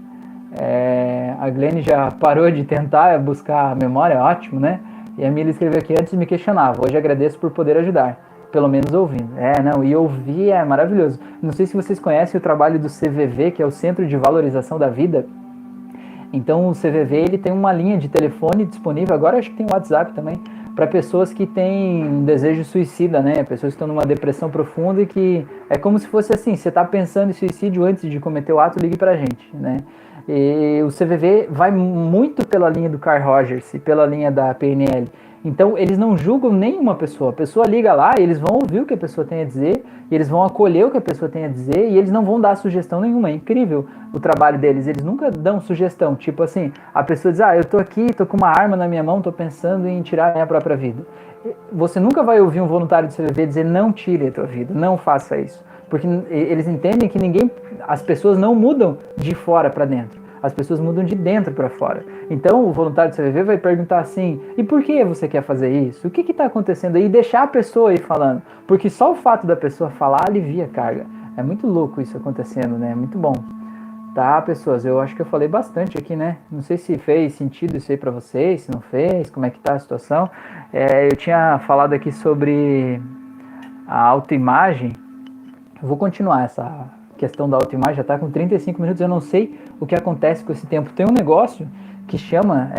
A Glenn já parou de tentar buscar a memória, ótimo, né? E a Mila escreveu aqui, antes me questionava, hoje agradeço por poder ajudar. Pelo menos ouvindo. E ouvir é maravilhoso. Não sei se vocês conhecem o trabalho do CVV, que é o Centro de Valorização da Vida. Então o CVV, ele tem uma linha de telefone disponível, agora acho que tem WhatsApp também, para pessoas que têm um desejo suicida, né? Pessoas que estão numa depressão profunda e que é como se fosse assim, você está pensando em suicídio antes de cometer o ato, ligue pra gente, né? E o CVV vai muito pela linha do Carl Rogers e pela linha da PNL. Então, eles não julgam nenhuma pessoa. A pessoa liga lá, eles vão ouvir o que a pessoa tem a dizer, eles vão acolher o que a pessoa tem a dizer e eles não vão dar sugestão nenhuma. É incrível o trabalho deles. Eles nunca dão sugestão. Tipo assim, a pessoa diz, eu tô aqui, tô com uma arma na minha mão, tô pensando em tirar a minha própria vida. Você nunca vai ouvir um voluntário do CVV dizer, não tire a tua vida, não faça isso. Porque eles entendem que as pessoas não mudam de fora para dentro. As pessoas mudam de dentro para fora. Então, o voluntário do CVV vai perguntar assim, e por que você quer fazer isso? O que está acontecendo aí? E deixar a pessoa ir falando. Porque só o fato da pessoa falar alivia a carga. É muito louco isso acontecendo, né? É muito bom. Tá, pessoas, eu acho que eu falei bastante aqui, né? Não sei se fez sentido isso aí para vocês, se não fez, como é que tá a situação. Eu tinha falado aqui sobre a autoimagem. Eu vou continuar essa questão da autoimagem, já está com 35 minutos, eu não sei o que acontece com esse tempo. Tem um negócio que chama,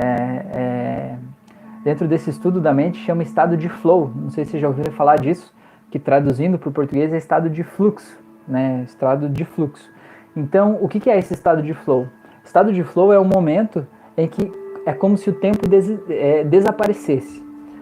dentro desse estudo da mente, chama estado de flow. Não sei se vocês já ouviram falar disso, que traduzindo para o português é estado de fluxo, né? Estado de fluxo. Então, o que é esse estado de flow? Estado de flow é um momento em que é como se o tempo desaparecesse.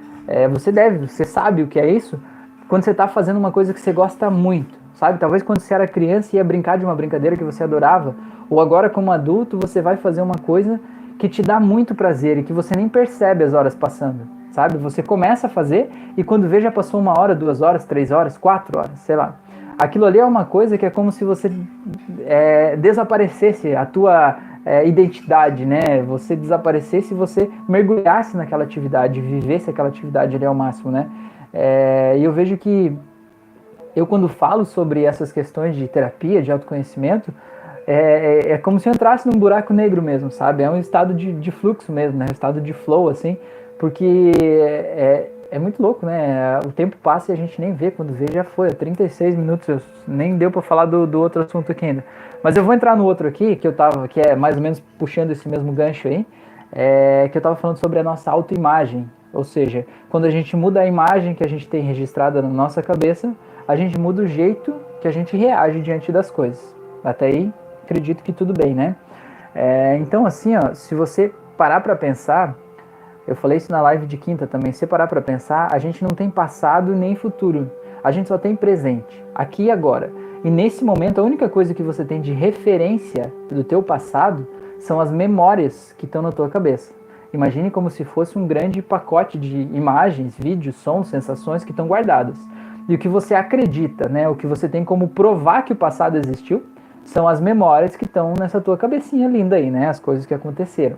Você sabe o que é isso? Quando você está fazendo uma coisa que você gosta muito, sabe? Talvez quando você era criança ia brincar de uma brincadeira que você adorava, ou agora como adulto você vai fazer uma coisa que te dá muito prazer e que você nem percebe as horas passando, sabe? Você começa a fazer e quando vê já passou 1 hora, 2 horas, 3 horas, 4 horas, sei lá. Aquilo ali é uma coisa que é como se você desaparecesse a tua identidade, né? Você desaparecesse e você mergulhasse naquela atividade, vivesse aquela atividade ali ao máximo, né? E eu vejo que eu quando falo sobre essas questões de terapia, de autoconhecimento, é como se eu entrasse num buraco negro mesmo, sabe? É um estado de fluxo mesmo, né? Um estado de flow, assim, porque é muito louco, né? O tempo passa e a gente nem vê, quando vê já foi, 36 minutos, nem deu pra falar do outro assunto aqui ainda. Mas eu vou entrar no outro aqui, que é mais ou menos puxando esse mesmo gancho aí, que eu tava falando sobre a nossa autoimagem, ou seja, quando a gente muda a imagem que a gente tem registrada na nossa cabeça, a gente muda o jeito que a gente reage diante das coisas. Até aí, acredito que tudo bem, né? Então, assim, ó, se você parar para pensar, eu falei isso na live de quinta também, se parar para pensar, a gente não tem passado nem futuro, a gente só tem presente, aqui e agora. E nesse momento, a única coisa que você tem de referência do teu passado são as memórias que estão na tua cabeça. Imagine como se fosse um grande pacote de imagens, vídeos, sons, sensações que estão guardadas. E o que você acredita, né, o que você tem como provar que o passado existiu, são as memórias que estão nessa tua cabecinha linda aí, né, as coisas que aconteceram.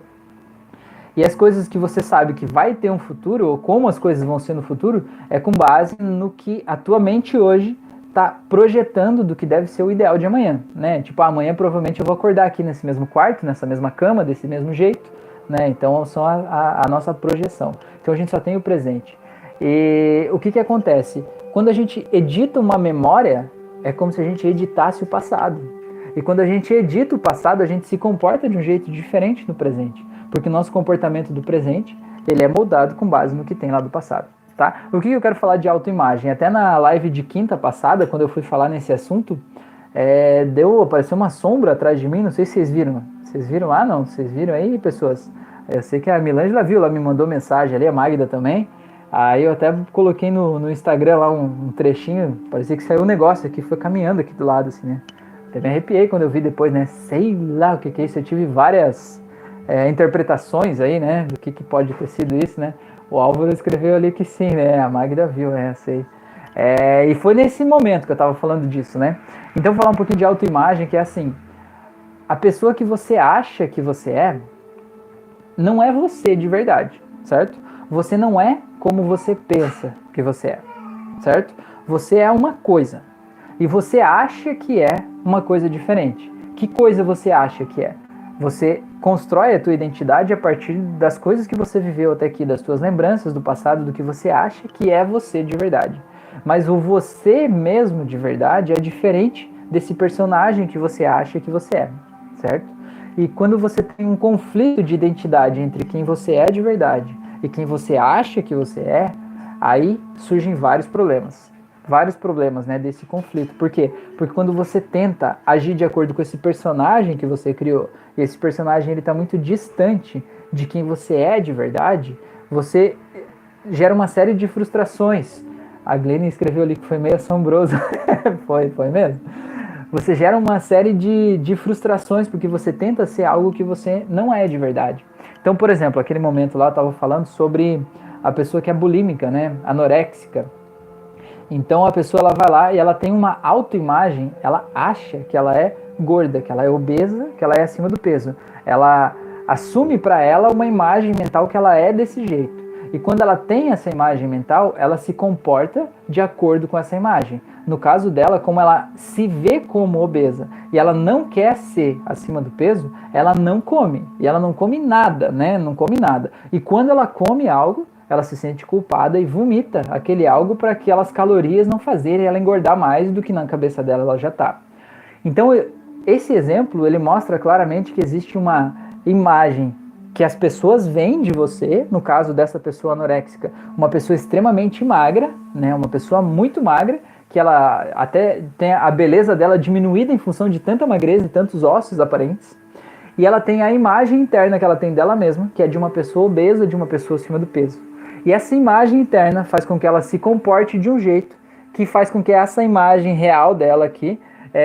E as coisas que você sabe que vai ter um futuro, ou como as coisas vão ser no futuro, é com base no que a tua mente hoje está projetando do que deve ser o ideal de amanhã, né? Tipo, amanhã provavelmente eu vou acordar aqui nesse mesmo quarto, nessa mesma cama, desse mesmo jeito, né? Então, são a nossa projeção. Então, a gente só tem o presente. E o que acontece? Quando a gente edita uma memória, é como se a gente editasse o passado. E quando a gente edita o passado, a gente se comporta de um jeito diferente no presente. Porque o nosso comportamento do presente, ele é moldado com base no que tem lá do passado. Tá? O que eu quero falar de autoimagem? Até na live de quinta passada, quando eu fui falar nesse assunto, apareceu uma sombra atrás de mim, não sei se vocês viram. Vocês viram? Ah, não, vocês viram aí, pessoas? Eu sei que a Milângela viu, ela me mandou mensagem ali, a Magda também. Aí eu até coloquei no Instagram lá um trechinho, parecia que saiu um negócio aqui, foi caminhando aqui do lado, assim, né? Até me arrepiei quando eu vi depois, né? Sei lá o que é isso, eu tive várias interpretações aí, né? Do que pode ter sido isso, né? O Álvaro escreveu ali que sim, né? A Magda viu, sei. E foi nesse momento que eu tava falando disso, né? Então, vou falar um pouquinho de autoimagem, que é assim, a pessoa que você acha que você não é você de verdade, certo? Você não é como você pensa que você é, certo? Você é uma coisa e você acha que é uma coisa diferente. Que coisa você acha que é? Você constrói a tua identidade a partir das coisas que você viveu até aqui, das tuas lembranças do passado, do que você acha que é você de verdade. Mas o você mesmo de verdade é diferente desse personagem que você acha que você é, certo? E quando você tem um conflito de identidade entre quem você é de verdade e quem você acha que você é, aí surgem vários problemas. Vários problemas, né, desse conflito. Por quê? Porque quando você tenta agir de acordo com esse personagem que você criou, e esse personagem está muito distante de quem você é de verdade, você gera uma série de frustrações. A Glenn escreveu ali que foi meio assombroso. foi mesmo? Você gera uma série de frustrações porque você tenta ser algo que você não é de verdade. Então, por exemplo, aquele momento lá eu estava falando sobre a pessoa que é bulímica, né, anoréxica. Então a pessoa ela vai lá e ela tem uma autoimagem, ela acha que ela é gorda, que ela é obesa, que ela é acima do peso. Ela assume para ela uma imagem mental que ela é desse jeito. E quando ela tem essa imagem mental, ela se comporta de acordo com essa imagem. No caso dela, como ela se vê como obesa e ela não quer ser acima do peso, ela não come. E ela não come nada, né? Não come nada. E quando ela come algo, ela se sente culpada e vomita aquele algo para aquelas calorias não fazerem ela engordar mais do que na cabeça dela ela já está. Então, esse exemplo, ele mostra claramente que existe uma imagem que as pessoas veem de você, no caso dessa pessoa anoréxica, uma pessoa extremamente magra, né, uma pessoa muito magra, que ela até tem a beleza dela diminuída em função de tanta magreza e tantos ossos aparentes, e ela tem a imagem interna que ela tem dela mesma, que é de uma pessoa obesa, de uma pessoa acima do peso. E essa imagem interna faz com que ela se comporte de um jeito que faz com que essa imagem real dela aqui,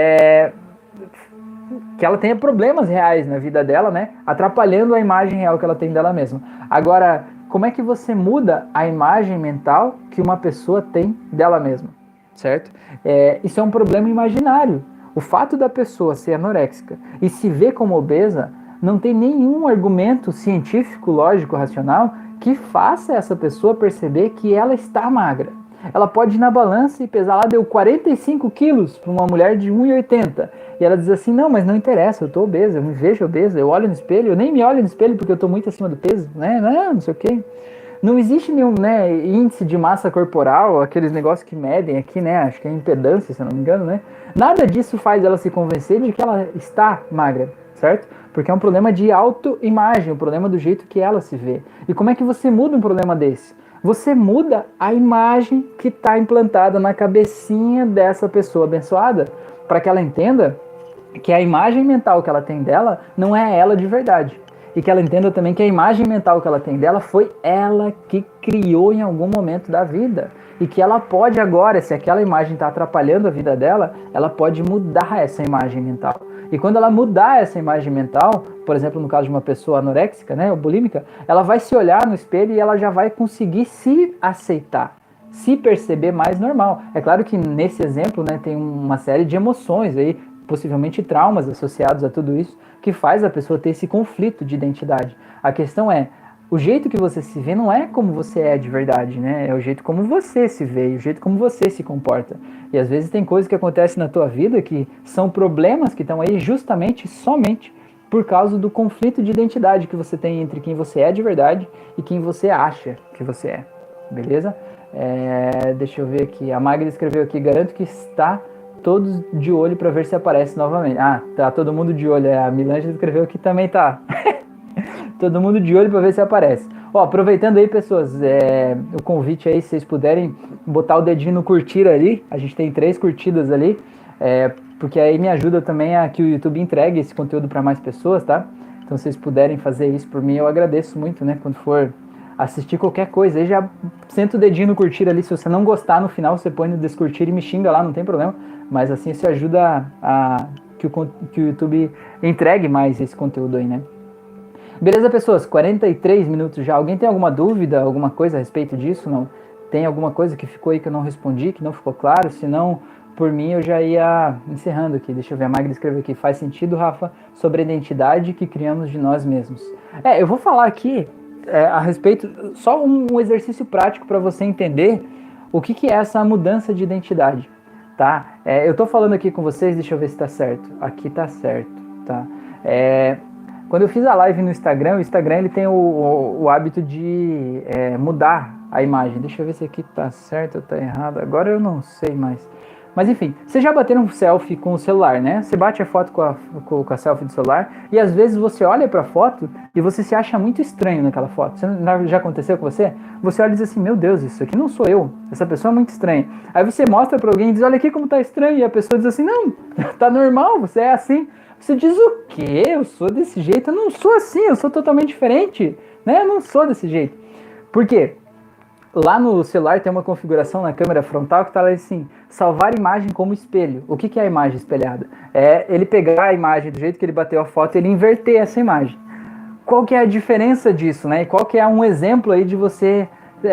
que ela tenha problemas reais na vida dela, né? Atrapalhando a imagem real que ela tem dela mesma. Agora, como é que você muda a imagem mental que uma pessoa tem dela mesma? Certo? Isso é um problema imaginário. O fato da pessoa ser anoréxica e se ver como obesa não tem nenhum argumento científico, lógico, racional que faça essa pessoa perceber que ela está magra. Ela pode ir na balança e pesar lá, deu 45 quilos para uma mulher de 1,80. E ela diz assim, não, mas não interessa, eu estou obesa, eu me vejo obesa, eu olho no espelho, eu nem me olho no espelho porque eu estou muito acima do peso, né? Não sei o quê. Não existe nenhum, né, índice de massa corporal, aqueles negócios que medem aqui, né? Acho que é impedância, se eu não me engano, né? Nada disso faz ela se convencer de que ela está magra, certo? Porque é um problema de autoimagem, um problema do jeito que ela se vê. E como é que você muda um problema desse? Você muda a imagem que está implantada na cabecinha dessa pessoa abençoada, para que ela entenda que a imagem mental que ela tem dela não é ela de verdade. E que ela entenda também que a imagem mental que ela tem dela foi ela que criou em algum momento da vida. E que ela pode agora, se aquela imagem está atrapalhando a vida dela, ela pode mudar essa imagem mental. E quando ela mudar essa imagem mental, por exemplo, no caso de uma pessoa anoréxica, né, ou bulímica, ela vai se olhar no espelho e ela já vai conseguir se aceitar, se perceber mais normal. É claro que nesse exemplo, né, tem uma série de emoções aí, possivelmente traumas associados a tudo isso, que faz a pessoa ter esse conflito de identidade. A questão é, o jeito que você se vê não é como você é de verdade, né? É o jeito como você se vê, o jeito como você se comporta. E às vezes tem coisas que acontecem na tua vida que são problemas que estão aí justamente, somente, por causa do conflito de identidade que você tem entre quem você é de verdade e quem você acha que você é. Beleza? Deixa eu ver aqui. A Magda escreveu aqui, garanto que está todos de olho para ver se aparece novamente. Ah, tá todo mundo de olho. A Milângela escreveu aqui também tá. Todo mundo de olho para ver se aparece. Ó, aproveitando aí, pessoas, o convite aí, se vocês puderem botar o dedinho no curtir ali, a gente tem 3 curtidas ali, porque aí me ajuda também a que o YouTube entregue esse conteúdo para mais pessoas, tá? Então, se vocês puderem fazer isso por mim, eu agradeço muito, né? Quando for assistir qualquer coisa, aí já senta o dedinho no curtir ali. Se você não gostar, no final você põe no descurtir e me xinga lá, não tem problema. Mas assim isso ajuda que o YouTube entregue mais esse conteúdo aí, né? Beleza, pessoas? 43 minutos já. Alguém tem alguma dúvida, alguma coisa a respeito disso? Não? Tem alguma coisa que ficou aí que eu não respondi, que não ficou claro? Se não, por mim eu já ia encerrando aqui. Deixa eu ver, a Magda escreveu aqui. Faz sentido, Rafa, sobre a identidade que criamos de nós mesmos. Eu vou falar aqui a respeito, só um exercício prático para você entender o que é essa mudança de identidade, tá? Eu tô falando aqui com vocês, deixa eu ver se tá certo. Aqui tá certo, tá? Quando eu fiz a live no Instagram, o Instagram ele tem o hábito de mudar a imagem. Deixa eu ver se aqui tá certo ou tá errado. Agora eu não sei mais. Mas enfim, vocês já bateram um selfie com o celular, né? Você bate a foto com a selfie do celular e às vezes você olha pra foto e você se acha muito estranho naquela foto. Já aconteceu com você? Você olha e diz assim, meu Deus, isso aqui não sou eu. Essa pessoa é muito estranha. Aí você mostra pra alguém e diz, olha aqui como tá estranho. E a pessoa diz assim, não, tá normal, você é assim. Você diz o quê? Eu sou desse jeito? Eu não sou assim, eu sou totalmente diferente, né? Eu não sou desse jeito. Por quê? Lá no celular tem uma configuração na câmera frontal que tá lá assim, salvar imagem como espelho. O que é a imagem espelhada? É ele pegar a imagem do jeito que ele bateu a foto e ele inverter essa imagem. Qual que é a diferença disso, né? E qual que é um exemplo aí de você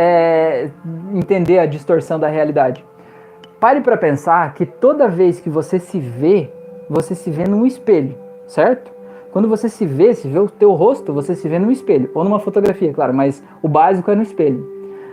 entender a distorção da realidade? Pare para pensar que toda vez que você se vê num espelho, certo? Quando você se vê o teu rosto, você se vê num espelho, ou numa fotografia, claro, mas o básico é no espelho.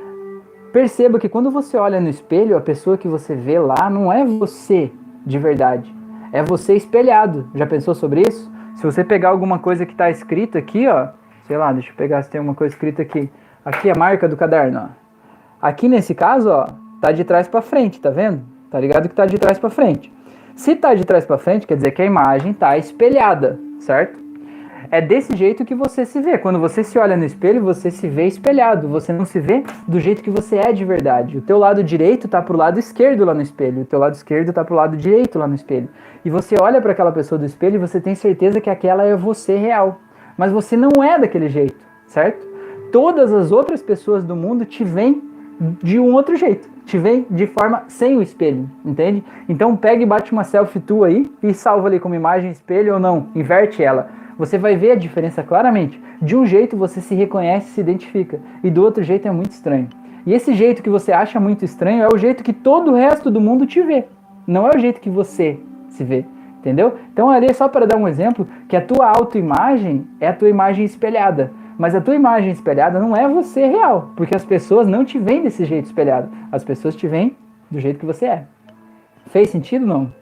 Perceba que quando você olha no espelho, a pessoa que você vê lá não é você de verdade, é você espelhado. Já pensou sobre isso? Se você pegar alguma coisa que está escrita aqui, ó, sei lá, deixa eu pegar se tem uma coisa escrita aqui. Aqui é a marca do caderno, ó. Aqui nesse caso, ó, tá de trás para frente, tá vendo? Tá ligado que tá de trás para frente. Se tá de trás para frente, quer dizer que a imagem tá espelhada, certo? É desse jeito que você se vê. Quando você se olha no espelho, você se vê espelhado. Você não se vê do jeito que você é de verdade. O teu lado direito tá pro lado esquerdo lá no espelho. O teu lado esquerdo tá pro lado direito lá no espelho. E você olha para aquela pessoa do espelho e você tem certeza que aquela é você real. Mas você não é daquele jeito, certo? Todas as outras pessoas do mundo te veem de um outro jeito. Te veem de forma sem o espelho, entende? Então pega e bate uma selfie tua aí e salva ali como imagem espelho ou não. Inverte ela. Você vai ver a diferença claramente. De um jeito você se reconhece, se identifica. E do outro jeito é muito estranho. E esse jeito que você acha muito estranho é o jeito que todo o resto do mundo te vê. Não é o jeito que você se vê. Entendeu? Então ali é só para dar um exemplo que a tua autoimagem é a tua imagem espelhada. Mas a tua imagem espelhada não é você real. Porque as pessoas não te veem desse jeito espelhado. As pessoas te veem do jeito que você é. Fez sentido, não?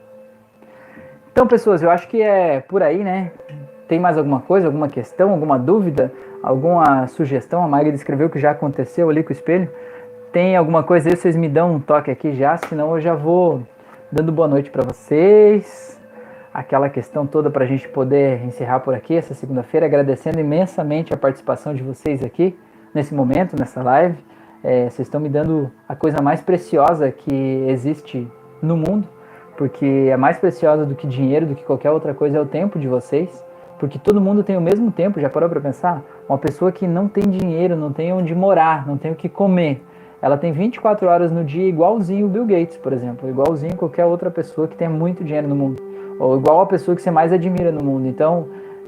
Então, pessoas, eu acho que é por aí, né? Tem mais alguma coisa, alguma questão, alguma dúvida, alguma sugestão? A Magda escreveu que já aconteceu ali com o espelho. Tem alguma coisa aí, vocês me dão um toque aqui já, senão eu já vou dando boa noite para vocês. Aquela questão toda para a gente poder encerrar por aqui essa segunda-feira, agradecendo imensamente a participação de vocês aqui, nesse momento, nessa live. Vocês estão me dando a coisa mais preciosa que existe no mundo, porque é mais preciosa do que dinheiro, do que qualquer outra coisa, é o tempo de vocês. Porque todo mundo tem o mesmo tempo, já parou para pensar? Uma pessoa que não tem dinheiro, não tem onde morar, não tem o que comer, ela tem 24 horas no dia igualzinho o Bill Gates, por exemplo, igualzinho qualquer outra pessoa que tenha muito dinheiro no mundo, ou igual a pessoa que você mais admira no mundo. Então,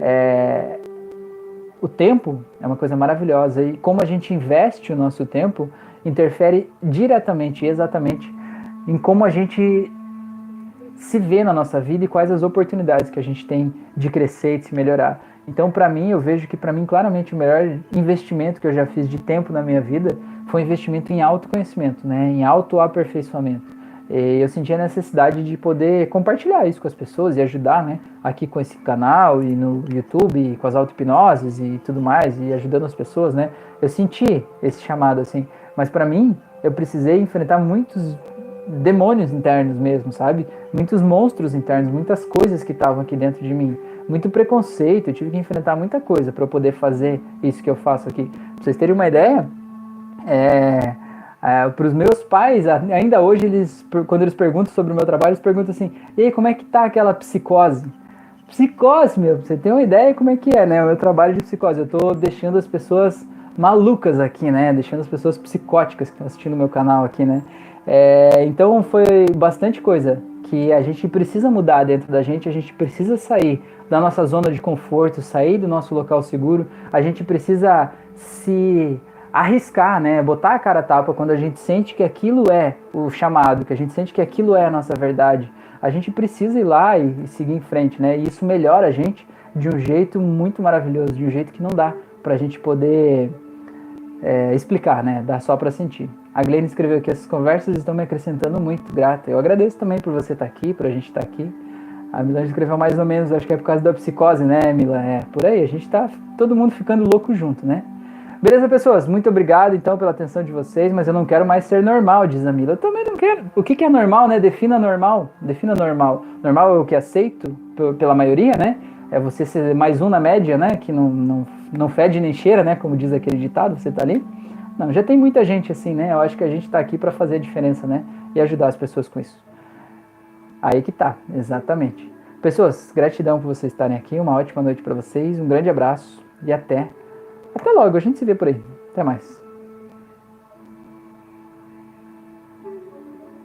o tempo é uma coisa maravilhosa e como a gente investe o nosso tempo interfere diretamente, exatamente, em como a gente se vê na nossa vida e quais as oportunidades que a gente tem de crescer e de se melhorar. Então, para mim, eu vejo que, para mim, claramente, o melhor investimento que eu já fiz de tempo na minha vida foi um investimento em autoconhecimento, né? Em autoaperfeiçoamento. E eu senti a necessidade de poder compartilhar isso com as pessoas e ajudar, né? Aqui com esse canal e no YouTube, com as auto-hipnoses e tudo mais, e ajudando as pessoas, né? Eu senti esse chamado, assim. Mas, para mim, eu precisei enfrentar muitos demônios internos mesmo, sabe? Muitos monstros internos, muitas coisas que estavam aqui dentro de mim, muito preconceito, eu tive que enfrentar muita coisa para eu poder fazer isso que eu faço aqui. Pra vocês terem uma ideia, para os meus pais, ainda hoje, quando eles perguntam sobre o meu trabalho, eles perguntam assim, e aí, como é que tá aquela psicose? Psicose, meu, pra você ter uma ideia como é que é, né? O meu trabalho de psicose, eu tô deixando as pessoas malucas aqui, né? Deixando as pessoas psicóticas que estão assistindo o meu canal aqui, né? Então foi bastante coisa que a gente precisa mudar dentro da gente, a gente precisa sair da nossa zona de conforto, sair do nosso local seguro, a gente precisa se arriscar, né? Botar a cara a tapa quando a gente sente que aquilo é o chamado, que a gente sente que aquilo é a nossa verdade. A gente precisa ir lá e seguir em frente, né? E isso melhora a gente de um jeito muito maravilhoso, de um jeito que não dá pra gente poder explicar, né? Dá só pra sentir. A Glenn escreveu aqui, essas conversas estão me acrescentando muito, grata. Eu agradeço também por você estar aqui, por a gente estar aqui. A Mila escreveu mais ou menos, acho que é por causa da psicose, né, Mila? Por aí, a gente tá todo mundo ficando louco junto, né? Beleza, pessoas? Muito obrigado, então, pela atenção de vocês, mas eu não quero mais ser normal, diz a Mila. Eu também não quero. O que é normal, né? Defina normal. Defina normal. Normal é o que é aceito pela maioria, né? É você ser mais um na média, né? Que não fede nem cheira, né? Como diz aquele ditado, você tá ali. Não, já tem muita gente assim, né? Eu acho que a gente tá aqui para fazer a diferença, né? E ajudar as pessoas com isso. Aí que tá, exatamente. Pessoas, gratidão por vocês estarem aqui. Uma ótima noite para vocês. Um grande abraço e até logo. A gente se vê por aí. Até mais.